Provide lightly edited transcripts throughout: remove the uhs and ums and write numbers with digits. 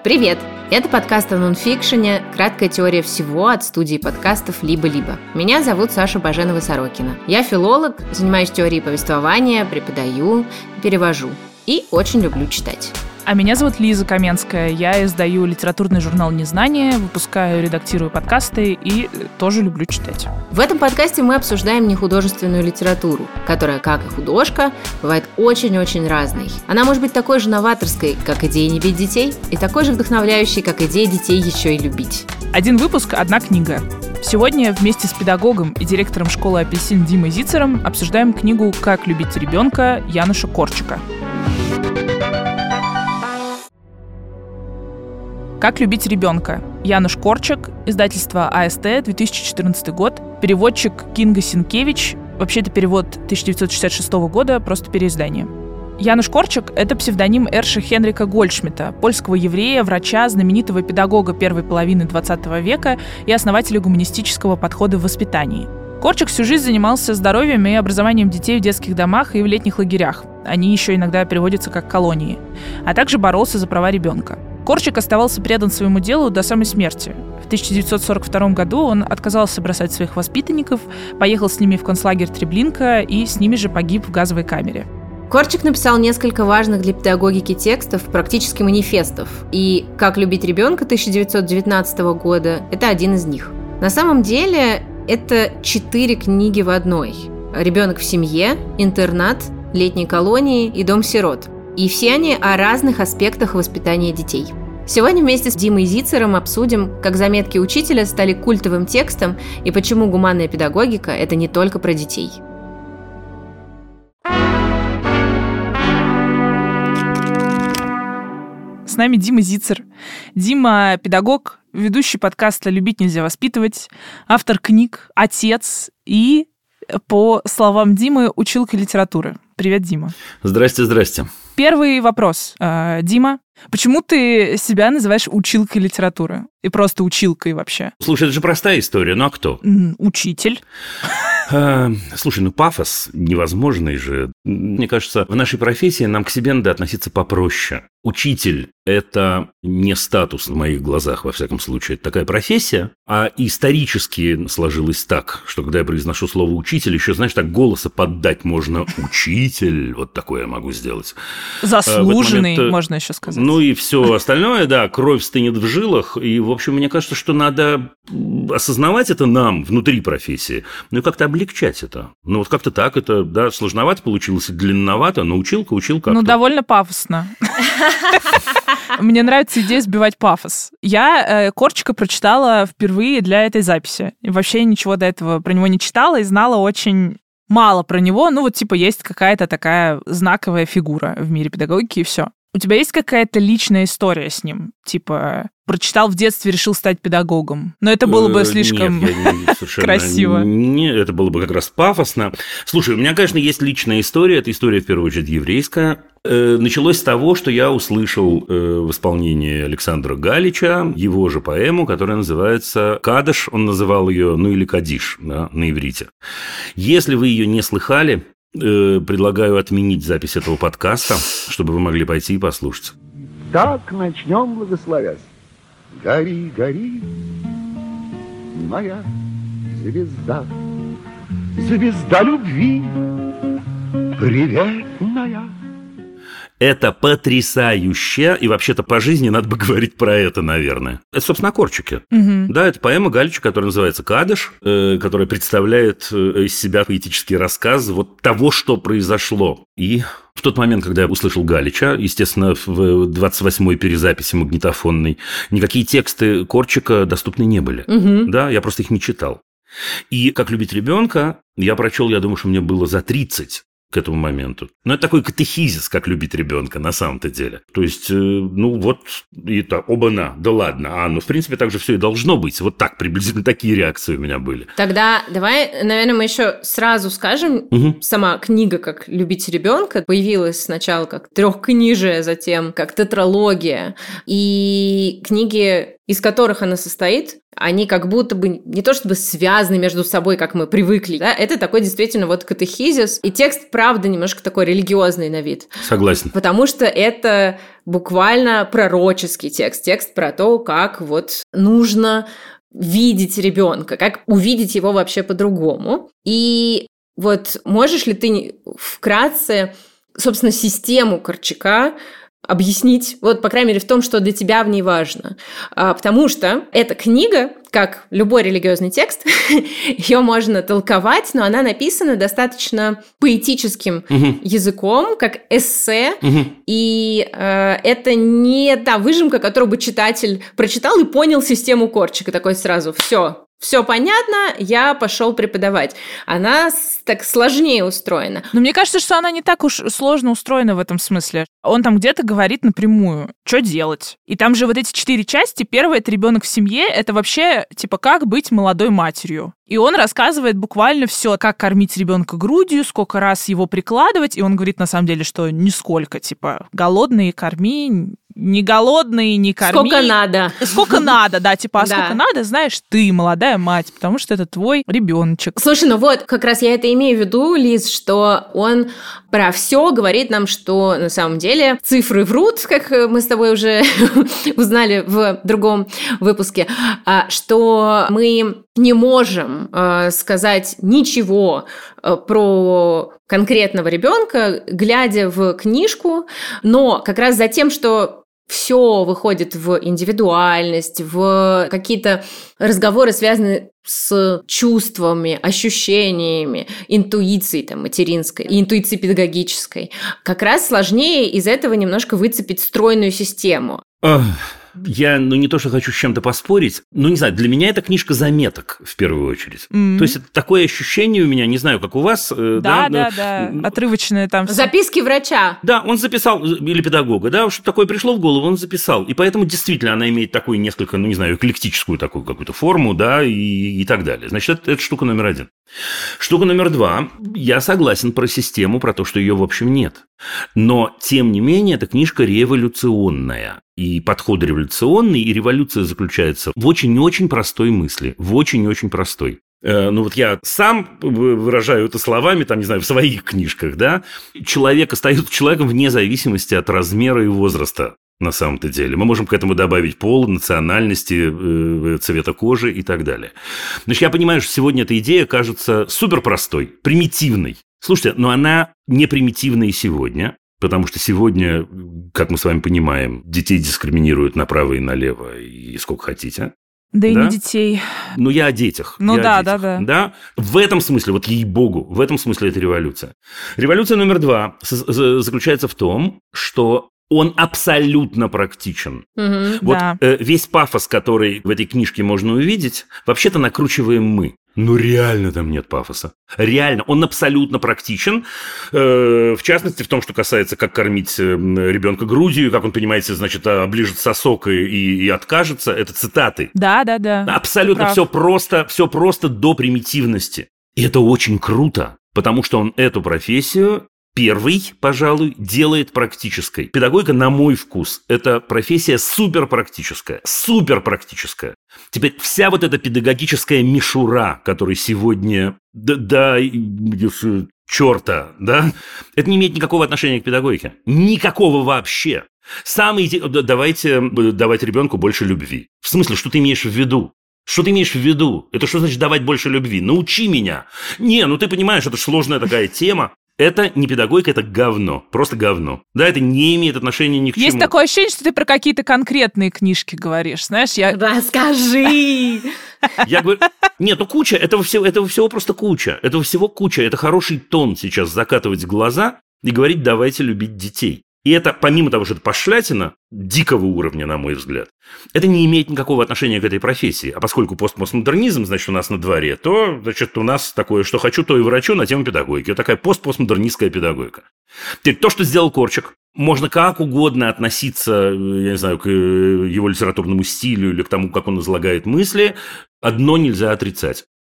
Привет! Это подкаст о нонфикшене «Краткая теория всего» от студии подкастов «Либо-либо». Меня зовут Саша Баженова-Сорокина. Я филолог, занимаюсь теорией повествования, преподаю, перевожу и очень люблю читать. А меня зовут Лиза Каменская. Я издаю литературный журнал «Незнание», выпускаю, редактирую подкасты и тоже люблю читать. В этом подкасте мы обсуждаем нехудожественную литературу, которая, как и художка, бывает очень-очень разной. Она может быть такой же новаторской, как идея не бить детей, и такой же вдохновляющей, как идея детей еще и любить. Один выпуск, одна книга. Сегодня вместе с педагогом и директором школы «Апельсин» Димой Зицером обсуждаем книгу «Как любить ребенка» Януша Корчика. «Как любить ребенка». Януш Корчик, издательство АСТ, 2014 год, переводчик Кинга Синкевич, вообще это перевод 1966 года, просто переиздание. Януш Корчик — это псевдоним Эрша Хенрика Гольдшмидта, польского еврея, врача, знаменитого педагога первой половины XX века и основателя гуманистического подхода в воспитании. Корчик всю жизнь занимался здоровьем и образованием детей в детских домах и в летних лагерях. Они еще иногда переводятся как колонии. А также боролся за права ребенка. Корчик оставался предан своему делу до самой смерти. В 1942 году он отказался бросать своих воспитанников, поехал с ними в концлагерь Треблинка и с ними же погиб в газовой камере. Корчик написал несколько важных для педагогики текстов, практически манифестов. И «Как любить ребенка» 1919 года – это один из них. На самом деле это 4 книги в одной. «Ребенок в семье», «Интернат», «Летние колонии» и «Дом сирот». И все они о разных аспектах воспитания детей. Сегодня вместе с Димой Зицером обсудим, как заметки учителя стали культовым текстом и почему гуманная педагогика – это не только про детей. С нами Дима Зицер. Дима – педагог, ведущий подкаста «Любить нельзя воспитывать», автор книг, отец и, по словам Димы, училка литературы. Привет, Дима. Здрасте. Первый вопрос. Дима, почему ты себя называешь училкой литературы? И просто училкой вообще? Слушай, это же простая история, ну а кто? Учитель. Слушай, пафос невозможный же. Мне кажется, в нашей профессии нам к себе надо относиться попроще. Учитель – это не статус в моих глазах, во всяком случае. Это такая профессия, а исторически сложилось так, что когда я произношу слово «учитель», еще, знаешь, так голоса поддать можно «учитель», вот такое я могу сделать. Заслуженный, можно еще сказать. Ну и все остальное, да, кровь стынет в жилах, и, в общем, мне кажется, что надо осознавать это нам внутри профессии, ну и как-то облегчать это. Ну вот как-то так, это, да, сложновато получилось, длинновато, но училка как-то. Ну, довольно пафосно. Мне нравится идея сбивать пафос. Я Корчика прочитала впервые для этой записи. И вообще ничего до этого про него не читала и знала очень мало про него. Ну вот типа есть какая-то такая знаковая фигура в мире педагогики и все. У тебя есть какая-то личная история с ним? Типа, прочитал в детстве, решил стать педагогом. Но это было бы слишком красиво. Нет, это было бы как раз пафосно. Слушай, у меня, конечно, есть личная история. Это история, в первую очередь, еврейская. Началось с того, что я услышал в исполнении Александра Галича его же поэму, которая называется «Кадиш». Он называл ее, ну или «Кадиш», да, на иврите. Если вы ее не слыхали, предлагаю отменить запись этого подкаста, чтобы вы могли пойти и послушать. Так начнем благословясь. Гори, гори, моя звезда, звезда любви, приветная. Это потрясающе, и вообще-то по жизни надо бы говорить про это, наверное. Это, собственно, о Корчике. Угу. Да, это поэма Галича, которая называется «Кадиш», которая представляет из себя поэтический рассказ вот того, что произошло. И в тот момент, когда я услышал Галича, естественно, в 28-й перезаписи магнитофонной, никакие тексты Корчика доступны не были. Угу. Да, я просто их не читал. И «Как любить ребенка» я прочел, я думаю, что мне было за 30. К этому моменту. Но это такой катехизис, как любить ребенка на самом-то деле. То есть, ну вот, это оба-на, да ладно. Ну, в принципе, так же все и должно быть. Вот так, приблизительно такие реакции у меня были. Тогда давай, наверное, мы еще сразу скажем, сама книга «Как любить ребенка» появилась сначала как трехкнижие, затем как тетралогия. И книги из которых она состоит, они как будто бы не то чтобы связаны между собой, как мы привыкли, да? Это такой действительно вот катехизис, и текст, правда, немножко такой религиозный на вид. Согласен. Потому что это буквально пророческий текст про то, как вот нужно видеть ребенка, как увидеть его вообще по-другому. И вот можешь ли ты вкратце, собственно, систему Корчака объяснить, вот, по крайней мере, в том, что для тебя в ней важно. Потому что эта книга, как любой религиозный текст, ее можно толковать, но она написана достаточно поэтическим языком, как эссе, и это не та выжимка, которую бы читатель прочитал и понял систему Корчика, такой сразу: все понятно, я пошел преподавать. Она так сложнее устроена. Но мне кажется, что она не так уж сложно устроена в этом смысле. Он там где-то говорит напрямую, что делать. И там же вот эти 4 части. Первая — это ребенок в семье, это вообще типа как быть молодой матерью. И он рассказывает буквально все, как кормить ребенка грудью, сколько раз его прикладывать. И он говорит на самом деле, что нисколько, типа голодные корми, не голодные, не корми. Сколько надо. Сколько надо, да, типа, сколько надо, знаешь ты, молодая мать, потому что это твой ребеночек. Слушай, ну вот, как раз я это имею в виду, Лиз, что он про все говорит нам, что на самом деле цифры врут, как мы с тобой уже узнали в другом выпуске, что мы не можем сказать ничего про конкретного ребенка, глядя в книжку, но как раз за тем, что все выходит в индивидуальность, в какие-то разговоры, связанные с чувствами, ощущениями, интуицией там, материнской и интуицией педагогической. Как раз сложнее из этого немножко выцепить стройную систему. Я, не то, что хочу с чем-то поспорить, не знаю, для меня это книжка заметок, в первую очередь. То есть, это такое ощущение у меня, не знаю, как у вас. Да, отрывочное там. Записки врача. Да, он записал, или педагога, да, что такое пришло в голову, он записал. И поэтому, действительно, она имеет такую несколько, не знаю, эклектическую такую какую-то форму, да, и так далее. Значит, это штука номер 1. Штука номер 2. Я согласен про систему, про то, что ее, в общем, нет. Но, тем не менее, эта книжка революционная. И подход революционный, и революция заключается в очень-очень простой мысли. В очень-очень простой. Вот я сам выражаю это словами, там, не знаю, в своих книжках, да. Человек остается человеком вне зависимости от размера и возраста. На самом-то деле. Мы можем к этому добавить пол, национальности, цвета кожи и так далее. Значит, я понимаю, что сегодня эта идея кажется суперпростой, примитивной. Слушайте, но она не примитивная и сегодня, потому что сегодня, как мы с вами понимаем, детей дискриминируют направо и налево, и сколько хотите. Да и не детей. Я о детях. Да. В этом смысле, вот ей-богу, в этом смысле это революция. Революция номер 2 заключается в том, что он абсолютно практичен. Весь пафос, который в этой книжке можно увидеть, вообще-то накручиваем мы. Реально там нет пафоса. Реально. Он абсолютно практичен. В частности, в том, что касается, как кормить ребенка грудью, как он, понимаете, значит, оближет сосок и откажется. Это цитаты. Да. Абсолютно все просто до примитивности. И это очень круто, потому что он эту профессию первый, пожалуй, делает практической. Педагогика, на мой вкус, это профессия суперпрактическая. Суперпрактическая. Теперь вся вот эта педагогическая мишура, которая сегодня, черта, да, это не имеет никакого отношения к педагогике. Никакого вообще. Давайте давать ребенку больше любви. В смысле, что ты имеешь в виду? Что ты имеешь в виду? Это что значит давать больше любви? Научи меня. Ты понимаешь, это сложная такая тема. Это не педагогика, это говно. Просто говно. Да, это не имеет отношения ни к чему. Есть такое ощущение, что ты про какие-то конкретные книжки говоришь, знаешь? Расскажи! Я говорю, куча, этого всего просто куча. Этого всего куча. Это хороший тон сейчас закатывать глаза и говорить, давайте любить детей. И это, помимо того, что это пошлятина дикого уровня, на мой взгляд, это не имеет никакого отношения к этой профессии. А поскольку постмодернизм, значит, у нас на дворе, то, значит, у нас такое, что хочу, то и врачу на тему педагогики. Вот такая постмодернистская педагогика. Теперь, то, что сделал Корчак, можно как угодно относиться, я не знаю, к его литературному стилю или к тому, как он излагает мысли. Одно нельзя отрицать.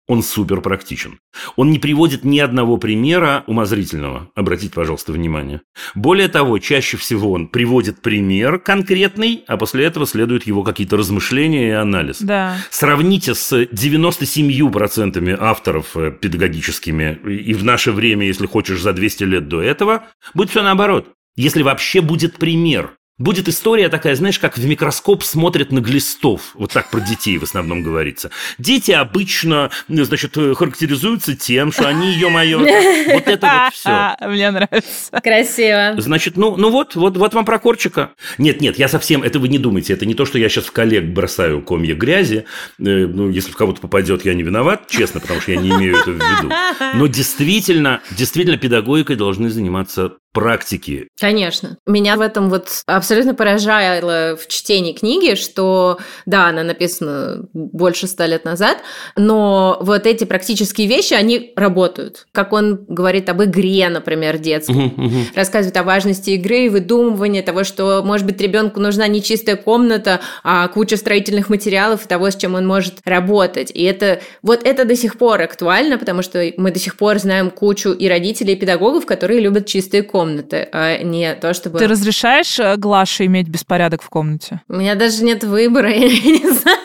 Он супер практичен. Он не приводит ни одного примера умозрительного. Обратите, пожалуйста, внимание. Более того, чаще всего он приводит пример конкретный, а после этого следуют его какие-то размышления и анализ. Да. Сравните с 97% авторов педагогическими и в наше время, если хочешь, за 200 лет до этого, будет все наоборот. Если вообще будет пример. Будет история такая, знаешь, как в микроскоп смотрят на глистов. Вот так про детей в основном говорится. Дети обычно, значит, характеризуются тем, что они, ё-моё, вот это вот все. Мне нравится. Красиво. Значит, ну вот вам про Корчика. Нет, я совсем, это вы не думайте, это не то, что я сейчас в коллег бросаю комья грязи. Ну, если в кого-то попадет, я не виноват, честно, потому что я не имею это в виду. Но действительно педагогикой должны заниматься практики. Конечно. Меня в этом вот абсолютно поражало в чтении книги, что, да, она написана больше 100 лет назад, но вот эти практические вещи, они работают. Как он говорит об игре, например, детской. Рассказывает о важности игры и выдумывания того, что, может быть, ребенку нужна не чистая комната, а куча строительных материалов и того, с чем он может работать. И это до сих пор актуально, потому что мы до сих пор знаем кучу и родителей, и педагогов, которые любят чистые комнаты, а не то, чтобы... Ты разрешаешь Глаше иметь беспорядок в комнате? У меня даже нет выбора, я не знаю.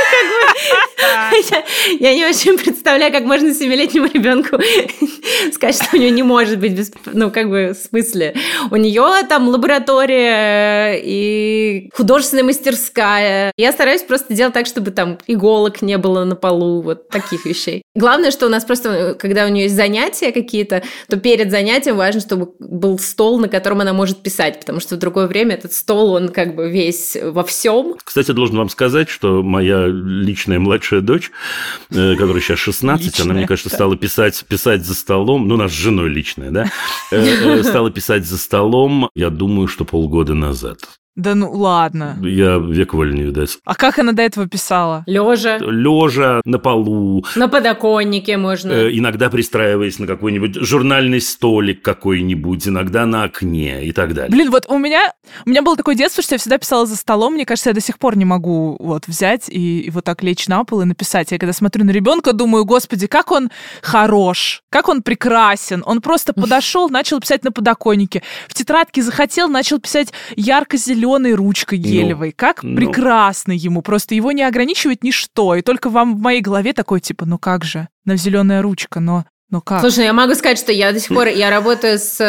Я не очень представляю, как можно 7-летнему ребенку сказать, что у нее не может быть в смысле. У нее там лаборатория и художественная мастерская. Я стараюсь просто делать так, чтобы там иголок не было на полу, вот таких вещей. Главное, что у нас просто, когда у нее есть занятия какие-то, то перед занятием важно, чтобы был стол, на котором она может писать, потому что в другое время этот стол, он как бы весь во всем. Кстати, должен вам сказать, что моя личная младшая дочь, которая сейчас 16, личная, она, мне кажется, стала писать за столом, ну, у нас с женой личная, да, стала писать за столом, я думаю, что полгода назад. Да ну ладно. Я век воли не видать. А как она до этого писала? Лежа на полу. На подоконнике можно. Иногда пристраиваясь на какой-нибудь журнальный столик какой-нибудь, иногда на окне и так далее. Блин, вот у меня было такое детство, что я всегда писала за столом. Мне кажется, я до сих пор не могу вот взять и вот так лечь на пол и написать. Я когда смотрю на ребенка, думаю, господи, как он хорош, как он прекрасен. Он просто подошел, начал писать на подоконнике. В тетрадке захотел, начал писать ярко-зеленой ручкой гелевой. Как прекрасно ему. Просто его не ограничивает ничто. И только вам в моей голове такой, типа, ну как же? На зеленая ручка, но как? Слушай, я могу сказать, что я до сих пор, я работаю с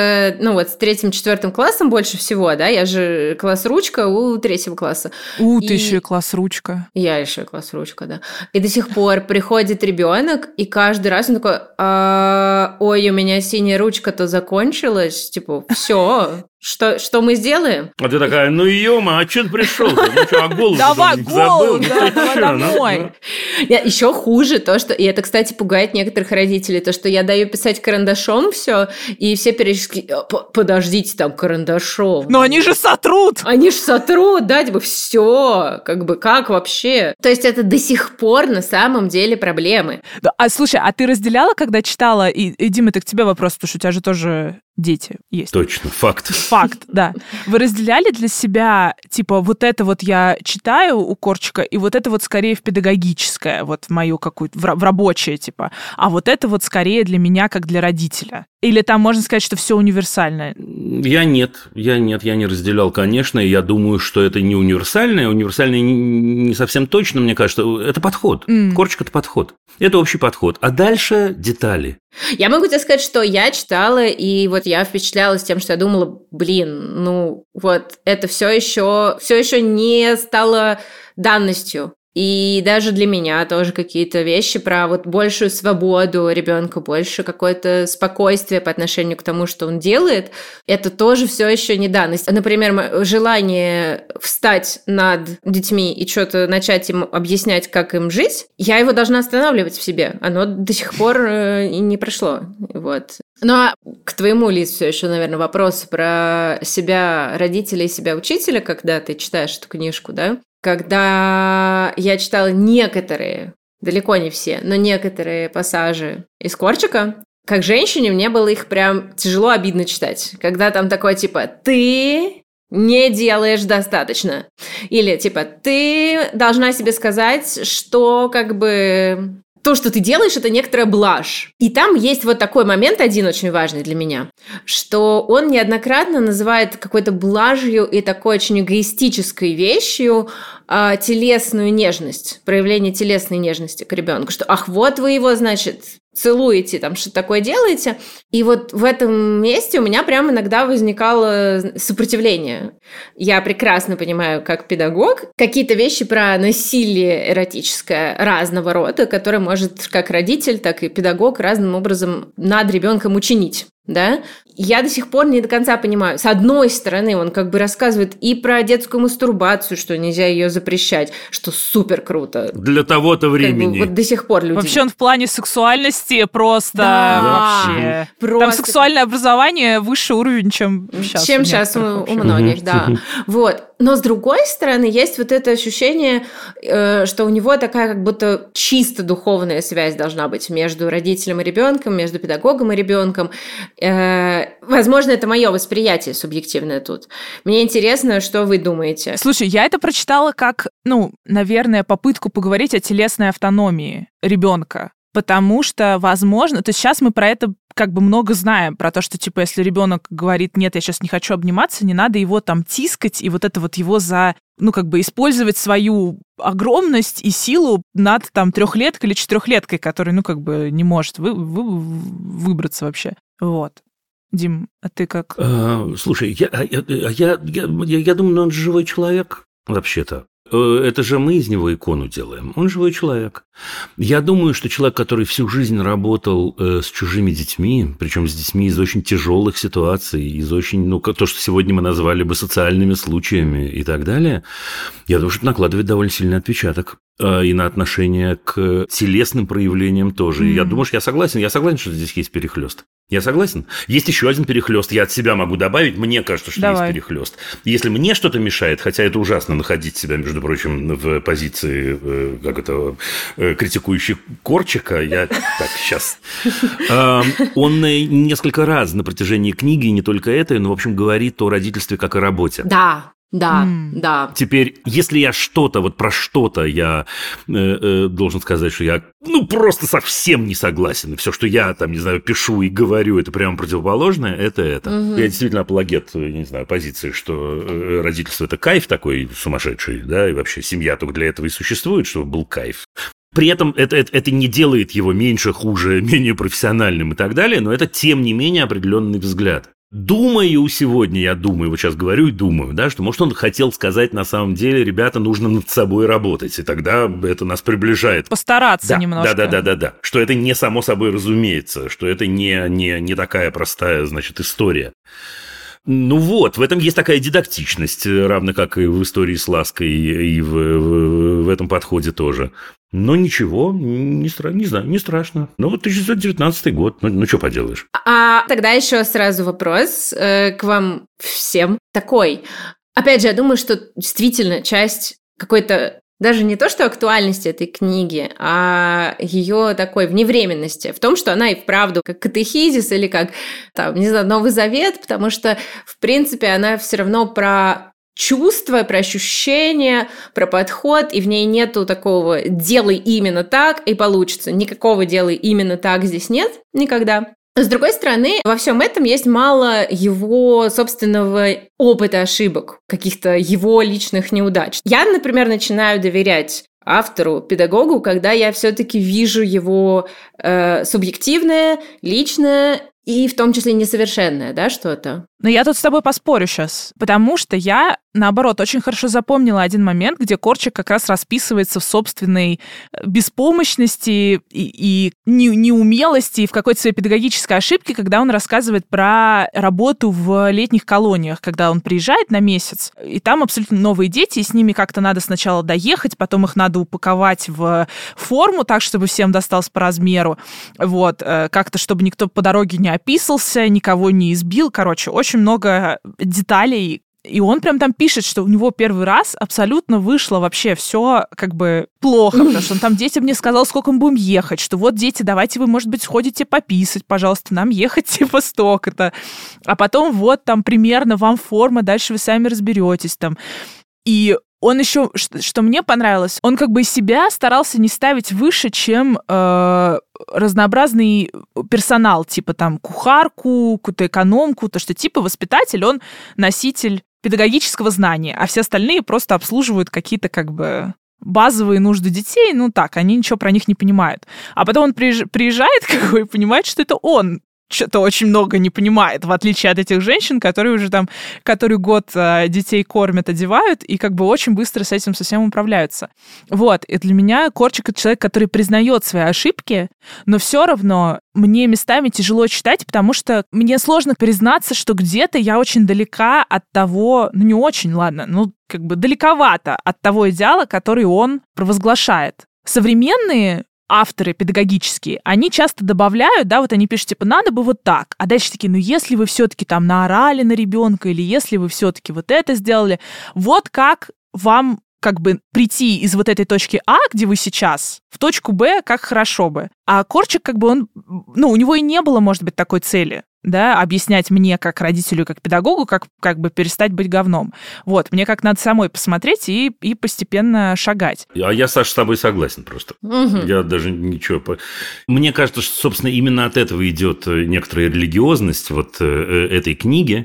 3-4 классом больше всего, да, я же класс-ручка у 3 класса. Ты еще и класс-ручка. Я еще и класс-ручка, да. И до сих пор приходит ребенок, и каждый раз он такой, ой, у меня синяя ручка-то закончилась, типа, все. Что мы сделаем? А ты такая, ну ё-мо, а чё ты пришёл-то? Ну что, а голову давай, забыл? Давай домой. Еще хуже то, что... И это, кстати, пугает некоторых родителей. То, что я даю писать карандашом все, и все периодически... Подождите, там карандашом. Но они же сотрут! Да, типа, все. Как вообще? То есть это до сих пор на самом деле проблемы. А слушай, а ты разделяла, когда читала... И Дима, это к тебе вопрос, потому что у тебя же тоже... дети есть. Точно, факт. Факт, да. Вы разделяли для себя, типа, вот это вот я читаю у Корчика, и вот это вот скорее в педагогическое, вот в мою какую-то, в рабочее, типа, а вот это вот скорее для меня, как для родителя? Или там можно сказать, что все универсальное? Я не разделял, конечно, и я думаю, что это не универсальное. Универсальное не совсем точно, мне кажется. Это подход. Корчик – это подход. Это общий подход. А дальше детали. Я могу тебе сказать, что я читала, и вот я впечатлялась тем, что я думала, вот это все еще не стало данностью. И даже для меня тоже какие-то вещи про вот большую свободу ребенка, больше какое-то спокойствие по отношению к тому, что он делает, это тоже все еще не данность. Например, желание встать над детьми и что-то начать им объяснять, как им жить, я его должна останавливать в себе. Оно до сих пор не прошло. Вот. Ну, а к твоему, Лиз, все еще, наверное, вопрос про себя родителя и себя учителя, когда ты читаешь эту книжку, да? Когда я читала некоторые, далеко не все, но некоторые пассажи из Корчика, как женщине мне было их прям тяжело, обидно читать. Когда там такое типа «ты не делаешь достаточно». Или типа «ты должна себе сказать, что как бы то, что ты делаешь, это некоторая блажь. И там есть вот такой момент, один очень важный для меня, что он неоднократно называет какой-то блажью и такой очень эгоистической вещью телесную нежность, проявление телесной нежности к ребенку, что ах, вот вы его, значит, целуете, там что-то такое делаете. И вот в этом месте у меня прям иногда возникало сопротивление. Я прекрасно понимаю, как педагог, какие-то вещи про насилие эротическое разного рода, которое может как родитель, так и педагог разным образом над ребенком учинить. Да? Я до сих пор не до конца понимаю. С одной стороны, он как бы рассказывает и про детскую мастурбацию, что нельзя ее запрещать, что супер круто. Для того-то времени. Как бы, вот до сих пор люди... Вообще он в плане сексуальности просто вообще. Просто... Там сексуальное образование выше уровень, чем сейчас. Чем сейчас у многих, да. Вот. Но с другой стороны, есть вот это ощущение, что у него такая как будто чисто духовная связь должна быть между родителем и ребенком, между педагогом и ребенком. Возможно, это мое восприятие субъективное тут. Мне интересно, что вы думаете. Слушай, я это прочитала как, наверное, попытку поговорить о телесной автономии ребенка. Потому что, возможно, то есть сейчас мы про это как бы много знаем, про то, что, типа, если ребенок говорит, нет, я сейчас не хочу обниматься, не надо его там тискать, и вот это вот его использовать свою огромность и силу над там 3-леткой или 4-леткой, который, не может выбраться вообще. Вот. Дим, а ты как? Слушай, я думаю, он же живой человек, вообще-то. Это же мы из него икону делаем. Он живой человек. Я думаю, что человек, который всю жизнь работал с чужими детьми, причем с детьми из очень тяжелых ситуаций, из очень, то, что сегодня мы назвали бы социальными случаями и так далее, я думаю, что это накладывает довольно сильный отпечаток. И на отношение к телесным проявлениям тоже. И я думаю, что я согласен, что здесь есть перехлёст. Я согласен. Есть еще один перехлёст. Я от себя могу добавить. Мне кажется, что есть перехлёст. Если мне что-то мешает, хотя это ужасно находить себя, между прочим, в позиции, критикующей Корчика, я так сейчас. Он несколько раз на протяжении книги, не только этой, но, в общем, говорит о родительстве как о работе. Да. Теперь, если я про что-то я должен сказать, что я, просто совсем не согласен, и все, что я там, пишу и говорю, это прямо противоположное, это. Я действительно апологет, позиции, что родительство – это кайф такой сумасшедший, да, и вообще семья только для этого и существует, чтобы был кайф. При этом это не делает его меньше, хуже, менее профессиональным и так далее, но это, тем не менее, определенный взгляд. Думаю сегодня, я думаю, вот сейчас говорю и думаю, да, что, может, он хотел сказать на самом деле, ребята, нужно над собой работать, и тогда это нас приближает. Постараться немножко. Да. Что это не само собой разумеется, что это не такая простая, история. В этом есть такая дидактичность, равно как и в истории с лаской, и в этом подходе тоже. Но ничего, не страшно. 1919 год, что поделаешь. А тогда еще сразу вопрос к вам всем такой. Опять же, я думаю, что действительно часть какой-то, даже не то, что актуальности этой книги, а ее такой вневременности, в том, что она и вправду как катехизис или как, Новый Завет, потому что, в принципе, она все равно про чувства, про ощущения, про подход, и в ней нету такого «делай именно так, и получится». Никакого «делай именно так» здесь нет никогда. С другой стороны, во всем этом есть мало его собственного опыта ошибок, каких-то его личных неудач. Я, например, начинаю доверять автору, педагогу, когда я все-таки вижу его субъективное, личное и в том числе несовершенное, да, что-то. Но я тут с тобой поспорю сейчас, потому что я, наоборот, очень хорошо запомнила один момент, где Корчик как раз расписывается в собственной беспомощности и неумелости, и в какой-то своей педагогической ошибке, когда он рассказывает про работу в летних колониях, когда он приезжает на месяц, и там абсолютно новые дети, и с ними как-то надо сначала доехать, потом их надо упаковать в форму так, чтобы всем досталось по размеру, как-то, чтобы никто по дороге не описался, никого не избил, очень много деталей, и он прям там пишет, что у него первый раз абсолютно вышло вообще все плохо, потому что он там детям не сказал, сколько мы будем ехать, что дети, давайте вы, может быть, сходите пописать, пожалуйста, нам ехать столько-то, а потом примерно вам форма, дальше вы сами разберетесь там. И он еще, что мне понравилось, он как бы себя старался не ставить выше, чем разнообразный персонал, типа там кухарку, какую-то экономку, то что типа воспитатель, он носитель педагогического знания, а все остальные просто обслуживают какие-то как бы базовые нужды детей, ну так, они ничего про них не понимают. А потом он приезжает как бы и понимает, что это он что-то очень много не понимает, в отличие от этих женщин, которые уже там который год детей кормят, одевают, и как бы очень быстро с этим совсем управляются. Вот, и для меня Корчик — это человек, который признает свои ошибки, но все равно мне местами тяжело читать, потому что мне сложно признаться, что где-то я очень далека от того, ну не очень, ладно, ну как бы далековато от того идеала, который он провозглашает. Современные авторы педагогические, они часто добавляют, да, вот они пишут, типа, надо бы вот так, а дальше такие, ну, если вы все-таки там наорали на ребенка, или если вы все-таки вот это сделали, вот как вам как бы прийти из вот этой точки А, где вы сейчас, в точку Б, как хорошо бы. А Корчик, как бы он, ну, у него и не было, может быть, такой цели, да, объяснять мне, как родителю, как педагогу, как бы перестать быть говном. Вот, мне как надо самой посмотреть и постепенно шагать. А я, Саша, с тобой согласен просто. Я даже ничего... Мне кажется, что, собственно, именно от этого идет некоторая религиозность вот этой книги.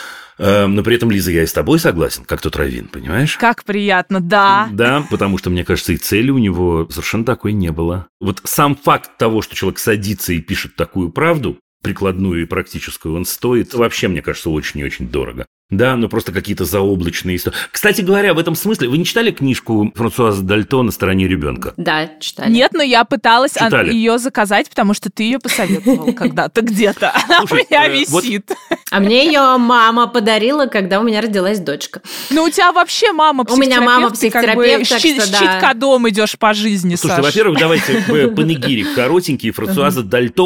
Но при этом, Лиза, я и с тобой согласен, как тот раввин, понимаешь? Как приятно, да. Да, потому что, мне кажется, и цели у него совершенно такой не было. Вот сам факт того, что человек садится и пишет такую правду, прикладную и практическую, он стоит вообще, мне кажется, очень и очень дорого. Да, ну просто какие-то заоблачные истории. Кстати говоря, в этом смысле, вы не читали книжку Франсуазы Дальто «На стороне ребенка»? Да, читали. Нет, но я пыталась ее заказать, потому что ты ее посоветовал когда-то где-то. Она у меня висит. А мне ее мама подарила, когда у меня родилась дочка. Ну, у тебя вообще мама психотерапевт. У меня мама психотерапевт, так что да. Щиткодом идешь по жизни, Саша. Слушайте, во-первых, давайте панегирик коротенький. Франсуаза Дальто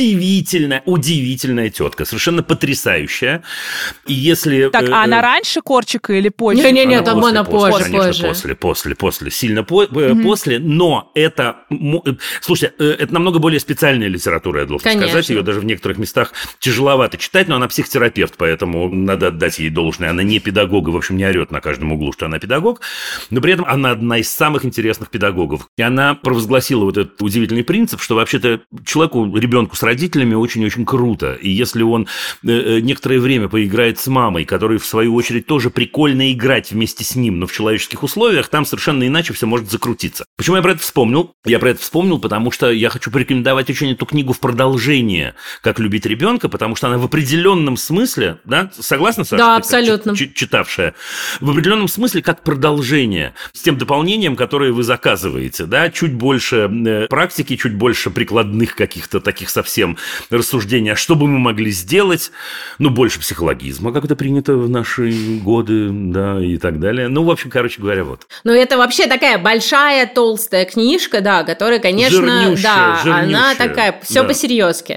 удивительная тетка, совершенно потрясающая. И если... Так, а она раньше Корчика или позже? Нет, она позже. Конечно, после, сильно после, но это... Слушайте, это намного более специальная литература, я должен сказать. Ее даже в некоторых местах тяжеловато читать, но она психотерапевт, поэтому надо отдать ей должное. Она не педагог, в общем, не орет на каждом углу, что она педагог, но при этом она одна из самых интересных педагогов. И она провозгласила вот этот удивительный принцип, что вообще-то человеку, ребенку с родителями очень-очень круто. И если он некоторое время поиграет с мамой, которая в свою очередь тоже прикольно играть вместе с ним, но в человеческих условиях, там совершенно иначе все может закрутиться. Почему я про это вспомнил? Я про это вспомнил, потому что я хочу порекомендовать очень эту книгу в продолжение «Как любить ребенка», потому что она в определенном смысле, да, согласна, Саша? Да, абсолютно. Читавшая. В определенном смысле как продолжение с тем дополнением, которое вы заказываете, да, чуть больше практики, чуть больше прикладных каких-то таких совсем рассуждений, а что бы мы могли сделать, ну, больше психологизма, как это принято в наши годы, да, и так далее. Ну, в общем, короче говоря, вот. Ну, это вообще такая большая, толстая книжка, да, которая, конечно, жирнющая, она такая, все да. По-серьезки.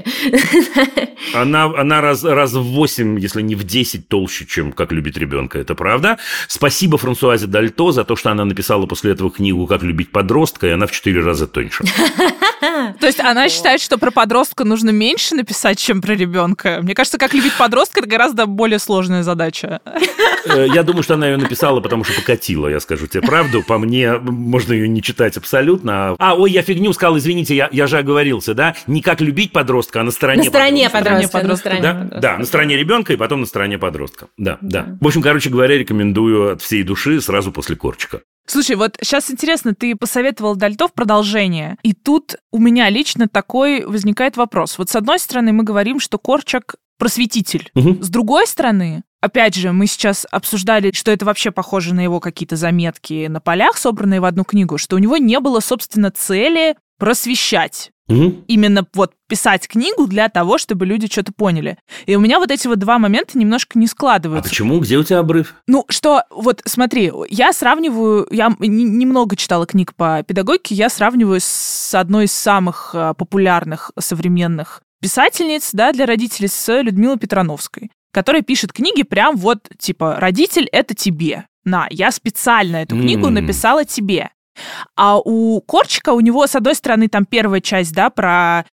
Она раз в 8, если не в 10 толще, чем «Как любить ребенка», это правда. Спасибо Франсуазе Дальто за то, что она написала после этого книгу «Как любить подростка», и она в 4 раза тоньше. То есть она считает, что про подростка нужно меньше написать, чем про ребенка. Мне кажется, «Как любить подростка» — это гораздо более сложная задача. Я думаю, что она ее написала, потому что покатила, я скажу тебе правду. По мне, можно ее не читать абсолютно. Ой, я фигню сказал, извините, я же оговорился, да? Не «Как любить подростка», а на стороне подростка. Да, на стороне ребенка и потом на стороне подростка. Да. В общем, короче говоря, рекомендую от всей души сразу после Корчика. Слушай, вот сейчас интересно, ты посоветовал Дальто в продолжение, и тут у меня лично такой возникает вопрос. Вот с одной стороны мы говорим, что Корчак просветитель. С другой стороны, опять же, мы сейчас обсуждали, что это вообще похоже на его какие-то заметки на полях, собранные в одну книгу, что у него не было, собственно, цели просвещать. Именно вот писать книгу для того, чтобы люди что-то поняли. И у меня вот эти вот два момента немножко не складываются. А почему? Где у тебя обрыв? Ну, что, вот смотри, я сравниваю, я немного читала книг по педагогике, я сравниваю с одной из самых популярных современных писательниц, да, для родителей, с Людмилой Петрановской, которая пишет книги прям вот, типа, «Родитель — это тебе». На, я специально эту книгу написала тебе. А у Корчика, у него, с одной стороны, там первая часть, да, про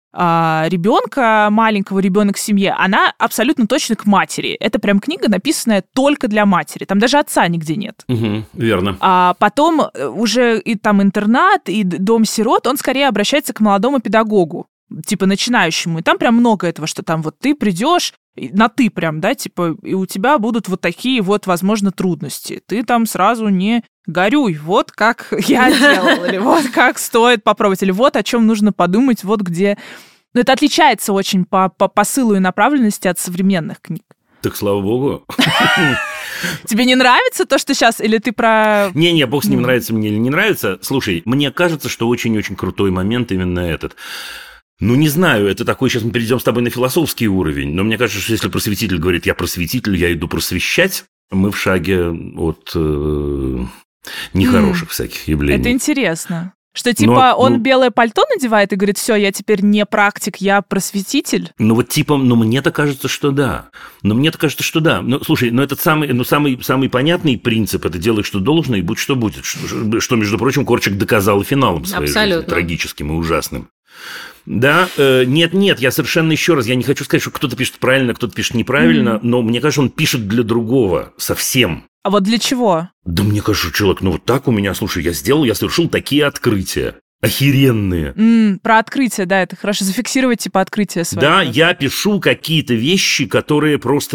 ребенка, маленького ребенок в семье, она абсолютно точно к матери. Это прям книга, написанная только для матери. Там даже отца нигде нет. Угу, верно. А потом уже и там интернат, и дом сирот, он скорее обращается к молодому педагогу, типа начинающему. И там прям много этого, что там вот ты придешь, на ты прям, да, типа, и у тебя будут вот такие вот, возможно, трудности. Ты там сразу не горюй, вот как я делала, или вот как стоит попробовать, или вот о чем нужно подумать, вот где... Но это отличается очень по посылу и направленности от современных книг. Так, слава богу. Тебе не нравится то, что сейчас, или ты про... Не-не, бог с ним, нравится мне или не нравится. Слушай, мне кажется, что очень-очень крутой момент именно этот. Ну, не знаю, это такой, сейчас мы перейдем с тобой на философский уровень, но мне кажется, что если просветитель говорит, я просветитель, я иду просвещать, мы в шаге от нехороших всяких явлений. Это интересно. Что, типа, он белое пальто надевает и говорит, все, я теперь не практик, я просветитель? Ну, вот типа, мне-то кажется, что да. Ну, слушай, это самый понятный принцип, это делай, что должно, и будь, что будет. Что, между прочим, Корчик доказал и финалом своей жизни, трагическим и ужасным. Да, нет, я совершенно, еще раз, я не хочу сказать, что кто-то пишет правильно, кто-то пишет неправильно, но мне кажется, он пишет для другого совсем. А вот для чего? Да мне кажется, человек, вот так у меня, слушай, я совершил такие открытия. Охеренные. Про открытие, да, это хорошо зафиксировать, типа, открытие свое. Да, я пишу какие-то вещи, которые просто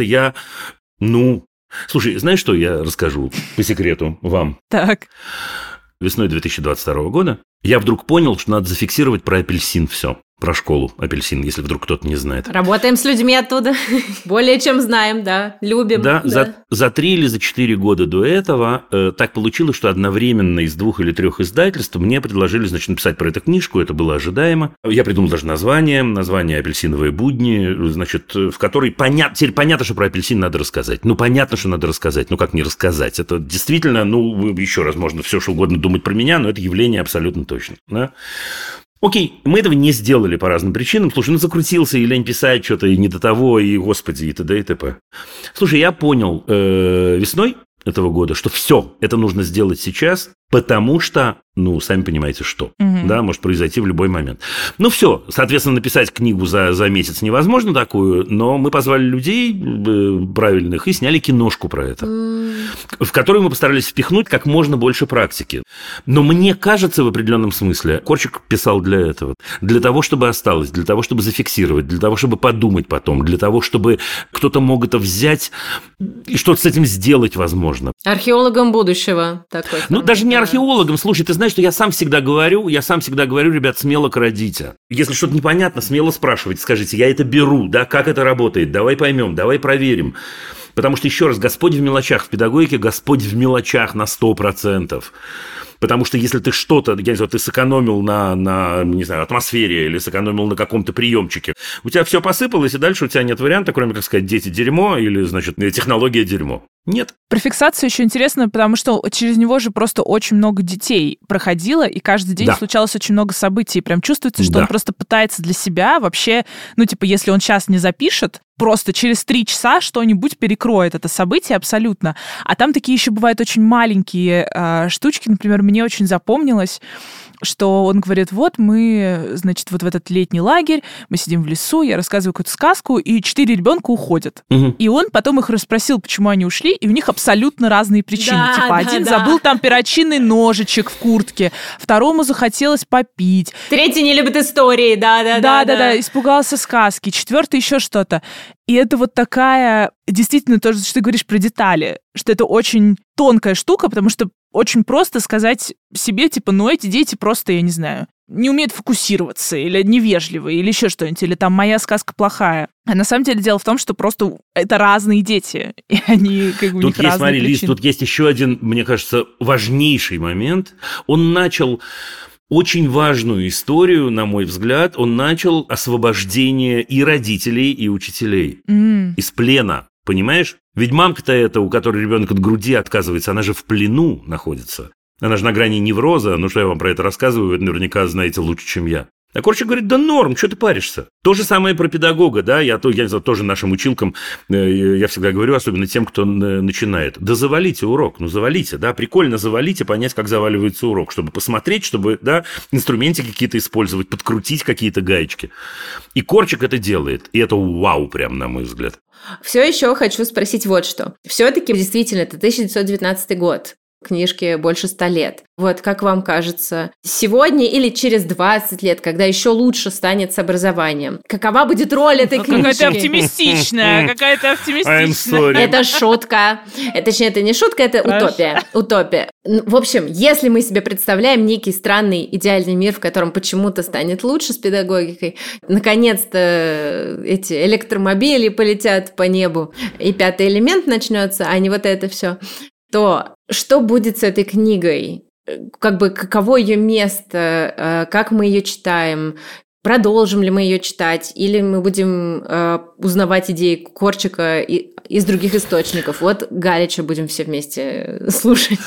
Слушай, знаешь, что я расскажу по секрету вам? Так. Весной 2022 года я вдруг понял, что надо зафиксировать про апельсин все. Про школу апельсин, если вдруг кто-то не знает. Работаем с людьми оттуда. Более чем знаем, да. Любим. Да, да. За 3 или за 4 года до этого так получилось, что одновременно из 2 или 3 издательств мне предложили, написать про эту книжку. Это было ожидаемо. Я придумал даже название «Апельсиновые будни», в которой теперь понятно, что про апельсин надо рассказать. Понятно, что надо рассказать. Как не рассказать? Это действительно, еще раз, можно все что угодно думать про меня, но это явление абсолютно точно. Да? Окей, мы этого не сделали по разным причинам. Слушай, закрутился, и лень писать что-то, и не до того, и, господи, и т.д. и т.п. Слушай, я понял весной этого года, что все это нужно сделать сейчас, потому что, сами понимаете, что. Да, может произойти в любой момент. Все, соответственно, написать книгу за месяц невозможно такую, но мы позвали людей правильных и сняли киношку про это, в которую мы постарались впихнуть как можно больше практики. Но мне кажется, в определенном смысле, Корчик писал для этого. Для того, чтобы осталось, для того, чтобы зафиксировать, для того, чтобы подумать потом, для того, чтобы кто-то мог это взять и что-то с этим сделать, возможно. Археологом будущего такой. Даже не археологом. Слушай, ты знаешь, что я сам всегда говорю, ребят, смело крадите. Если что-то непонятно, смело спрашивайте, скажите, я это беру, да, как это работает, давай поймем, давай проверим. Потому что, еще раз, Господь в мелочах в педагогике, Господь в мелочах на 100%. Потому что если ты что-то, я не знаю, ты сэкономил на атмосфере или сэкономил на каком-то приемчике, у тебя все посыпалось, и дальше у тебя нет варианта, кроме как сказать «дети дерьмо» или, технология дерьмо. Нет. Про фиксацию еще интересно, потому что через него же просто очень много детей проходило, и каждый день случалось очень много событий. Прям чувствуется, что он просто пытается для себя вообще, если он сейчас не запишет, просто через 3 часа что-нибудь перекроет это событие абсолютно. А там такие еще бывают очень маленькие штучки. Например, мне очень запомнилось, что он говорит, мы, вот в этот летний лагерь, мы сидим в лесу, я рассказываю какую-то сказку, и 4 ребенка уходят. И он потом их расспросил, почему они ушли, и у них абсолютно разные причины. Один забыл там перочинный ножичек в куртке, второму захотелось попить. Третий не любит истории, да, испугался сказки, 4-й еще что-то. И это такая, действительно, то, что ты говоришь про детали, что это очень тонкая штука, потому что очень просто сказать себе, эти дети просто, я не знаю, не умеют фокусироваться, или невежливые, или еще что-нибудь, или там моя сказка плохая. А на самом деле дело в том, что просто это разные дети, и они у них разные причины. Лиз, тут есть еще один, мне кажется, важнейший момент. Он начал очень важную историю, на мой взгляд, он начал освобождение и родителей, и учителей из плена. Понимаешь? Ведь мамка-то эта, у которой ребенок от груди отказывается, она же в плену находится. Она же на грани невроза. Что я вам про это рассказываю, вы наверняка знаете лучше, чем я. А Корчик говорит, да норм, что ты паришься? То же самое про педагога, да, я тоже нашим училкам, я всегда говорю, особенно тем, кто начинает, да завалите урок, завалите, да, прикольно завалите, понять, как заваливается урок, чтобы посмотреть, чтобы, да, инструментики какие-то использовать, подкрутить какие-то гаечки. И Корчик это делает, и это вау прям, на мой взгляд. Все еще хочу спросить вот что. Все-таки действительно это 1919 год. Книжке больше 100 лет. Вот, как вам кажется, сегодня или через 20 лет, когда еще лучше станет с образованием, какова будет роль этой книжки? Какая-то оптимистичная. Это шутка. Точнее, это не шутка, это утопия. В общем, если мы себе представляем некий странный идеальный мир, в котором почему-то станет лучше с педагогикой, наконец-то эти электромобили полетят по небу, и 5-й элемент начнется, а не вот это все, то что будет с этой книгой? Каково ее место? Как мы ее читаем? Продолжим ли мы ее читать? Или мы будем узнавать идеи Корчика из других источников? Вот Галича будем все вместе слушать.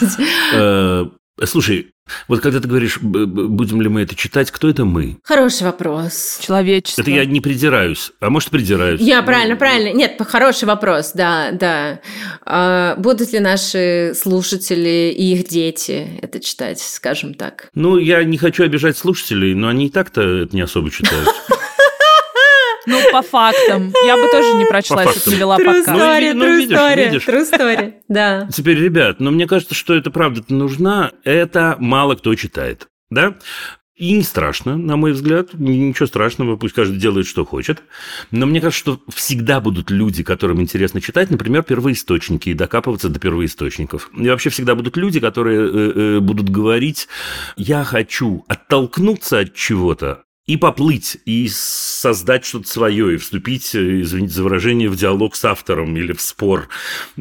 Слушай, вот когда ты говоришь, будем ли мы это читать, кто это мы? Хороший вопрос. Человечество. Это я не придираюсь, а может, придираюсь. Правильно. Нет, хороший вопрос, да. Будут ли наши слушатели и их дети это читать, скажем так? Я не хочу обижать слушателей, но они и так-то это не особо читают. По фактам. Я бы тоже не прочла, если бы не вела подкаст. True story, да. Теперь, ребят, мне кажется, что это правда-то нужна, это мало кто читает, да? И не страшно, на мой взгляд, ничего страшного, пусть каждый делает, что хочет. Но мне кажется, что всегда будут люди, которым интересно читать, например, первоисточники, и докапываться до первоисточников. И вообще всегда будут люди, которые будут говорить, я хочу оттолкнуться от чего-то, и поплыть, и создать что-то свое, и вступить, извините за выражение, в диалог с автором или в спор,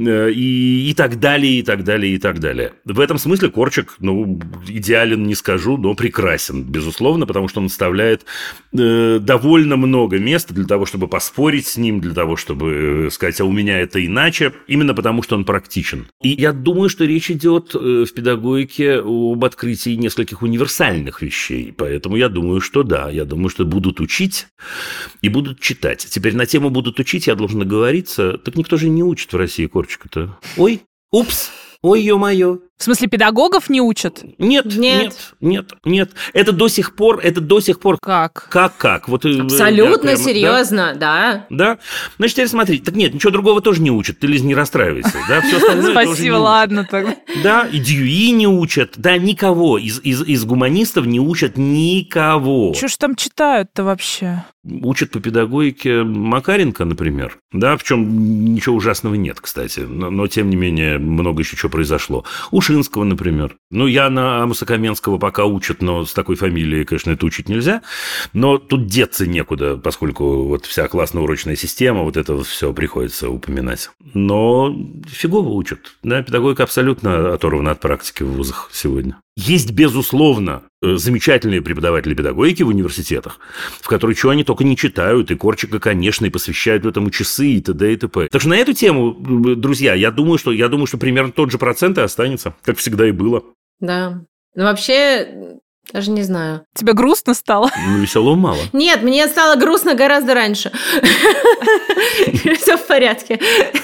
и так далее, и так далее, и так далее. В этом смысле Корчик, идеален не скажу, но прекрасен, безусловно, потому что он оставляет довольно много места для того, чтобы поспорить с ним, для того, чтобы сказать, а у меня это иначе, именно потому что он практичен. И я думаю, что речь идет в педагогике об открытии нескольких универсальных вещей, поэтому я думаю, что да. Я думаю, что будут учить и будут читать. Теперь на тему «будут учить» я должен оговориться. Так никто же не учит в России Корчика-то. Ой, упс, ой, ё-моё. В смысле, педагогов не учат? Нет. Это до сих пор... Как? Как? Вот, абсолютно серьезно, да. Да? Значит, теперь смотри. Так нет, ничего другого тоже не учат. Ты, Лиз, не расстраивайся. Да? Все остальное спасибо, ладно тогда. Да, и Дьюи не учат. Да, никого. Из гуманистов не учат никого. Что ж там читают-то вообще? Учат по педагогике Макаренко, например. Да, в чем ничего ужасного нет, кстати. Но тем не менее, много еще чего произошло. Ушинского, например. Я на Амоса Каменского пока учат, но с такой фамилией, конечно, это учить нельзя. Но тут деться некуда, поскольку вот вся классно-урочная система, вот это все приходится упоминать. Но фигово учат. Да, педагогика абсолютно оторвана от практики в вузах сегодня. Есть, безусловно, замечательные преподаватели педагогики в университетах, в которые чего они только не читают, и Корчика, конечно, и посвящают этому часы, и т.д. и т.п. Так что на эту тему, друзья, я думаю, что примерно тот же процент и останется, как всегда и было. Да. Вообще... Даже не знаю. Тебе грустно стало? Веселого мало. Нет, мне стало грустно гораздо раньше. Все в порядке.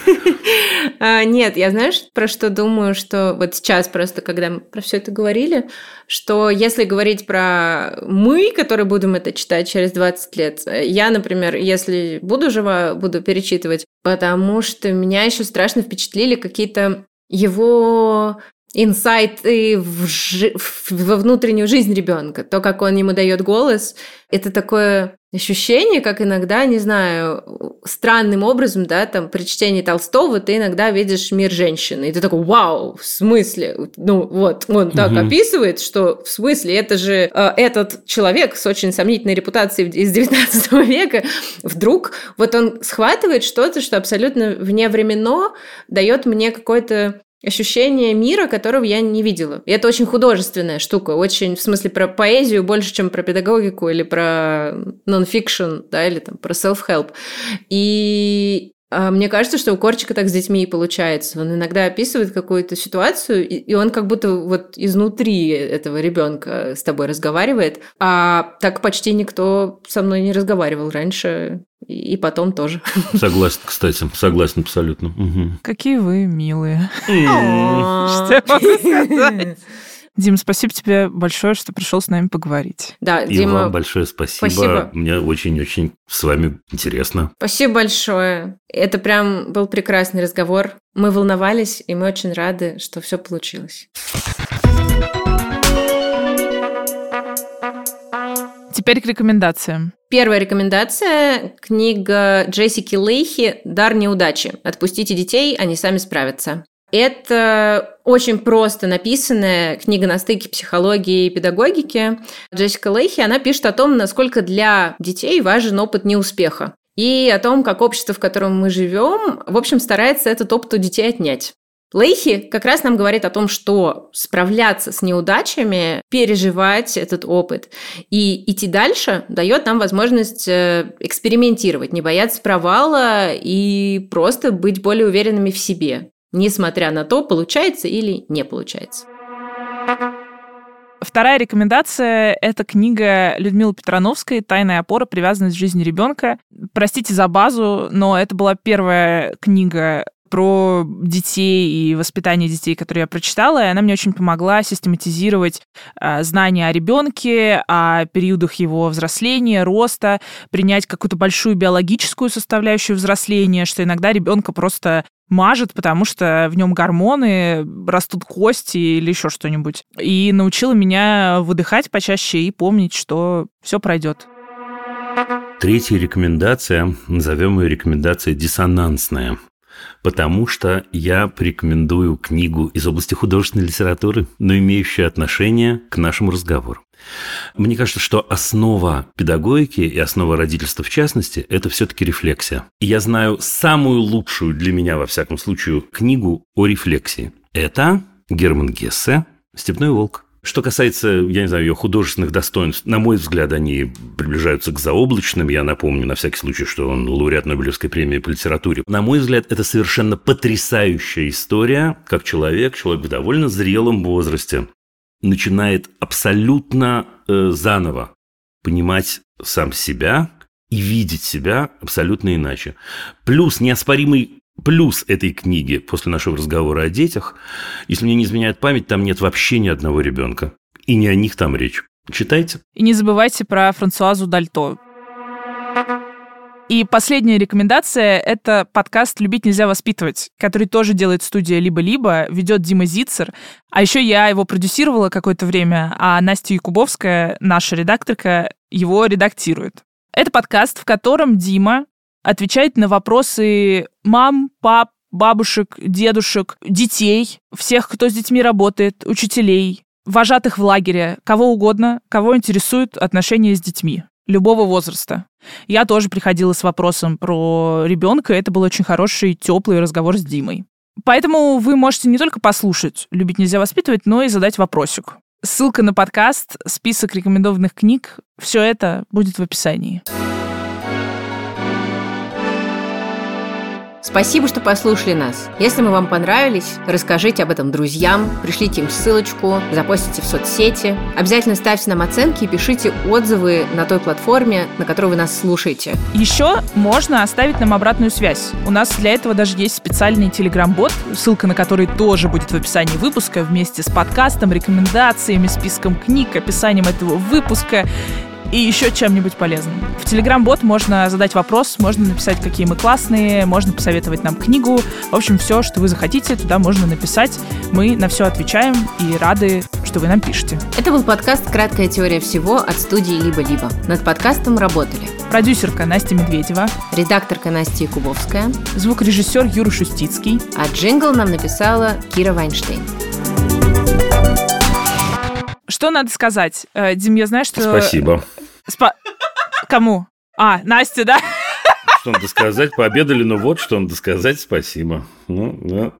Нет, я знаешь, про что думаю, что вот сейчас просто, когда мы про все это говорили, что если говорить про мы, которые будем это читать через 20 лет, я, например, если буду жива, буду перечитывать, потому что меня еще страшно впечатлили какие-то его... инсайты во внутреннюю жизнь ребенка, то, как он ему дает голос, это такое ощущение, как иногда, не знаю, странным образом, да, там, при чтении Толстого ты иногда видишь мир женщины, и ты такой, вау, в смысле? Вот, он так описывает, что в смысле, это же этот человек с очень сомнительной репутацией из 19 века, вдруг вот он схватывает что-то, что абсолютно вневременно дает мне какой-то ощущение мира, которого я не видела. И это очень художественная штука, очень, в смысле, про поэзию больше, чем про педагогику или про нон-фикшн, да, или там про self-help. И Мне кажется, что у Корчика так с детьми и получается. Он иногда описывает какую-то ситуацию, и он как будто вот изнутри этого ребенка с тобой разговаривает, а так почти никто со мной не разговаривал раньше и потом тоже. Согласен, кстати, согласен абсолютно. Какие вы милые. Что я могу сказать? Дим, спасибо тебе большое, что пришел с нами поговорить. Да, и Дима, вам большое спасибо. Мне очень-очень с вами интересно. Спасибо большое. Это прям был прекрасный разговор. Мы волновались, и мы очень рады, что все получилось. Теперь к рекомендациям. Первая рекомендация – книга Джессики Лейхи «Дар неудачи». Отпустите детей, они сами справятся. Это очень просто написанная книга на стыке психологии и педагогики. Джессика Лейхи, она пишет о том, насколько для детей важен опыт неуспеха. И о том, как общество, в котором мы живем, в общем, старается этот опыт у детей отнять. Лейхи как раз нам говорит о том, что справляться с неудачами, переживать этот опыт и идти дальше дает нам возможность экспериментировать, не бояться провала и просто быть более уверенными в себе, несмотря на то, получается или не получается. Вторая рекомендация – это книга Людмилы Петрановской «Тайная опора. Привязанность в жизни ребенка». Простите за базу, но это была первая книга про детей и воспитание детей, которую я прочитала, и она мне очень помогла систематизировать знания о ребенке, о периодах его взросления, роста, принять какую-то большую биологическую составляющую взросления, что иногда ребенка просто мажет, потому что в нем гормоны, растут кости или еще что-нибудь. И научила меня выдыхать почаще и помнить, что все пройдет. Третья рекомендация, назовем ее рекомендация диссонансная. Потому что я порекомендую книгу из области художественной литературы, но имеющую отношение к нашему разговору. Мне кажется, что основа педагогики и основа родительства в частности – это все-таки рефлексия. И я знаю самую лучшую для меня, во всяком случае, книгу о рефлексии. Это Герман Гессе «Степной волк». Что касается, я не знаю, ее художественных достоинств, на мой взгляд, они приближаются к заоблачным. Я напомню, на всякий случай, что он лауреат Нобелевской премии по литературе. На мой взгляд, это совершенно потрясающая история, как человек в довольно зрелом возрасте начинает абсолютно заново понимать сам себя и видеть себя абсолютно иначе. Плюс неоспоримый плюс этой книги после нашего разговора о детях, если мне не изменяет память, там нет вообще ни одного ребенка. И не о них там речь. Читайте. И не забывайте про Франсуазу Дальто. И последняя рекомендация – это подкаст «Любить нельзя воспитывать», который тоже делает студия «Либо-либо», ведет Дима Зицер. А еще я его продюсировала какое-то время, а Настя Якубовская, наша редакторка, его редактирует. Это подкаст, в котором Дима отвечает на вопросы мам, пап, бабушек, дедушек, детей, всех, кто с детьми работает, учителей, вожатых в лагере, кого угодно, кого интересуют отношения с детьми, любого возраста. Я тоже приходила с вопросом про ребенка, это был очень хороший, теплый разговор с Димой. Поэтому вы можете не только послушать «Любить нельзя воспитывать», но и задать вопросик. Ссылка на подкаст, список рекомендованных книг, все это будет в описании. Спасибо, что послушали нас. Если мы вам понравились, расскажите об этом друзьям, пришлите им ссылочку, запостите в соцсети. Обязательно ставьте нам оценки и пишите отзывы на той платформе, на которой вы нас слушаете. Еще можно оставить нам обратную связь. У нас для этого даже есть специальный телеграм-бот, ссылка на который тоже будет в описании выпуска, вместе с подкастом, рекомендациями, списком книг, описанием этого выпуска и еще чем-нибудь полезным. В Telegram-бот можно задать вопрос, можно написать, какие мы классные, можно посоветовать нам книгу. В общем, все, что вы захотите, туда можно написать. Мы на все отвечаем и рады, что вы нам пишете. Это был подкаст «Краткая теория всего» от студии «Либо-либо». Над подкастом работали продюсерка Настя Медведева, редакторка Настя Якубовская, звукорежиссер Юра Шустицкий, а джингл нам написала Кира Вайнштейн. Что надо сказать? Дим, я знаю, что... Спасибо. Кому? Настя, да? Что надо сказать? Пообедали, но вот что надо сказать. Спасибо. Ну, да.